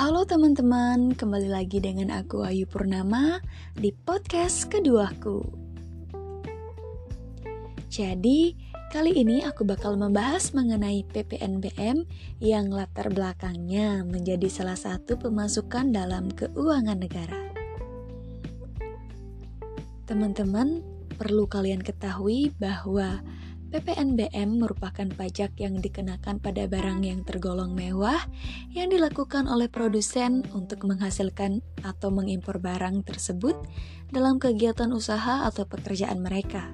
Halo teman-teman, kembali lagi dengan aku Ayu Purnama di podcast keduaku. Jadi, kali ini aku bakal membahas mengenai PPNBM yang latar belakangnya menjadi salah satu pemasukan dalam keuangan negara. Teman-teman, perlu kalian ketahui bahwa PPNBM merupakan pajak yang dikenakan pada barang yang tergolong mewah yang dilakukan oleh produsen untuk menghasilkan atau mengimpor barang tersebut dalam kegiatan usaha atau pekerjaan mereka.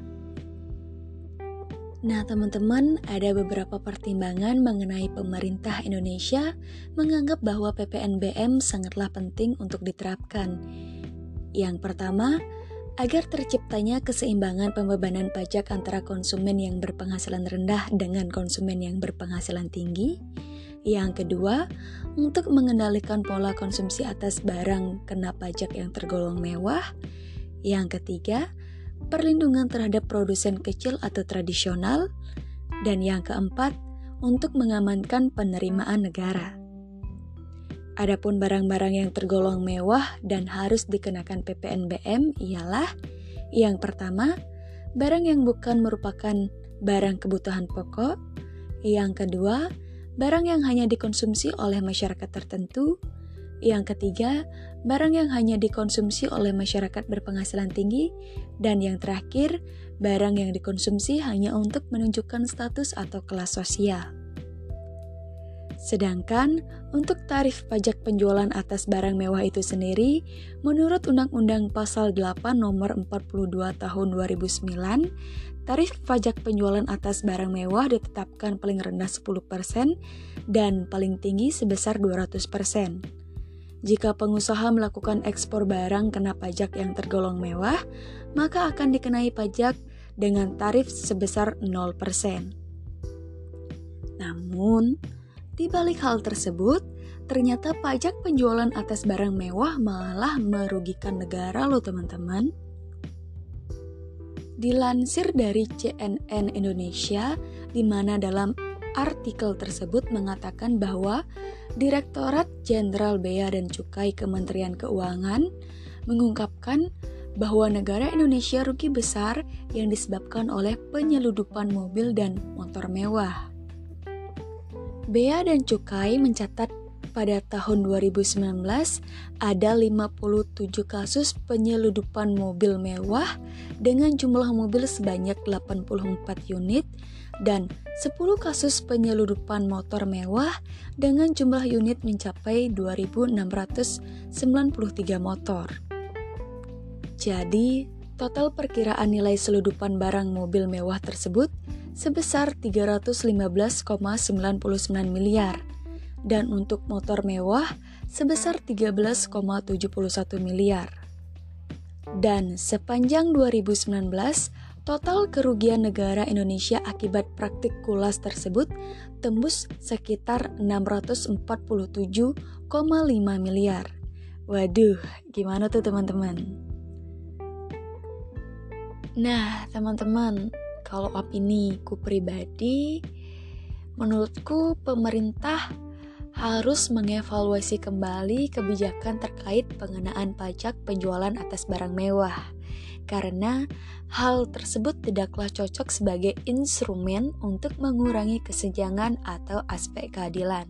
Nah, teman-teman, ada beberapa pertimbangan mengenai pemerintah Indonesia menganggap bahwa PPNBM sangatlah penting untuk diterapkan. Yang pertama, agar terciptanya keseimbangan pembebanan pajak antara konsumen yang berpenghasilan rendah dengan konsumen yang berpenghasilan tinggi. Yang kedua, untuk mengendalikan pola konsumsi atas barang kena pajak yang tergolong mewah. Yang ketiga, perlindungan terhadap produsen kecil atau tradisional. Dan yang keempat, untuk mengamankan penerimaan negara. Adapun barang-barang yang tergolong mewah dan harus dikenakan PPNBM ialah yang pertama, barang yang bukan merupakan barang kebutuhan pokok. Yang kedua, barang yang hanya dikonsumsi oleh masyarakat tertentu. Yang ketiga, barang yang hanya dikonsumsi oleh masyarakat berpenghasilan tinggi. Dan yang terakhir, barang yang dikonsumsi hanya untuk menunjukkan status atau kelas sosial. Sedangkan untuk tarif pajak penjualan atas barang mewah itu sendiri, menurut Undang-Undang Pasal 8 Nomor 42 Tahun 2009, tarif pajak penjualan atas barang mewah ditetapkan paling rendah 10% dan paling tinggi sebesar 200%. Jika pengusaha melakukan ekspor barang kena pajak yang tergolong mewah, maka akan dikenai pajak dengan tarif sebesar 0%. Namun, di balik hal tersebut, ternyata pajak penjualan atas barang mewah malah merugikan negara loh teman-teman. Dilansir dari CNN Indonesia, di mana dalam artikel tersebut mengatakan bahwa Direktorat Jenderal Bea dan Cukai Kementerian Keuangan mengungkapkan bahwa negara Indonesia rugi besar yang disebabkan oleh penyeludupan mobil dan motor mewah. Bea dan Cukai mencatat pada tahun 2019 ada 57 kasus penyeludupan mobil mewah dengan jumlah mobil sebanyak 84 unit dan 10 kasus penyeludupan motor mewah dengan jumlah unit mencapai 2.693 motor. Jadi, total perkiraan nilai seludupan barang mobil mewah tersebut sebesar 315,99 miliar dan untuk motor mewah sebesar 13,71 miliar. Dan sepanjang 2019, total kerugian negara Indonesia akibat praktik kulas tersebut tembus sekitar 647,5 miliar. Waduh, gimana tuh teman-teman? Nah, teman-teman, kalau opini ku pribadi, menurutku pemerintah harus mengevaluasi kembali kebijakan terkait pengenaan pajak penjualan atas barang mewah. Karena hal tersebut tidaklah cocok sebagai instrumen untuk mengurangi kesenjangan atau aspek keadilan.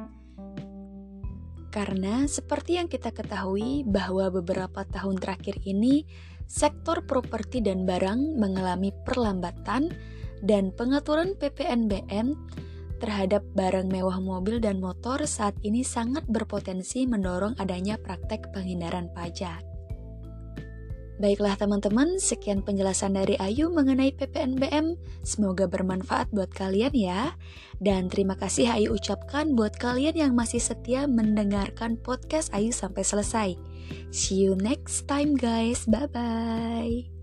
Karena seperti yang kita ketahui bahwa beberapa tahun terakhir ini, sektor properti dan barang mengalami perlambatan dan pengaturan PPNBM terhadap barang mewah mobil dan motor saat ini sangat berpotensi mendorong adanya praktek penghindaran pajak. Baiklah teman-teman, sekian penjelasan dari Ayu mengenai PPNBM. Semoga bermanfaat buat kalian ya. Dan terima kasih Ayu ucapkan buat kalian yang masih setia mendengarkan podcast Ayu sampai selesai. See you next time guys, bye-bye.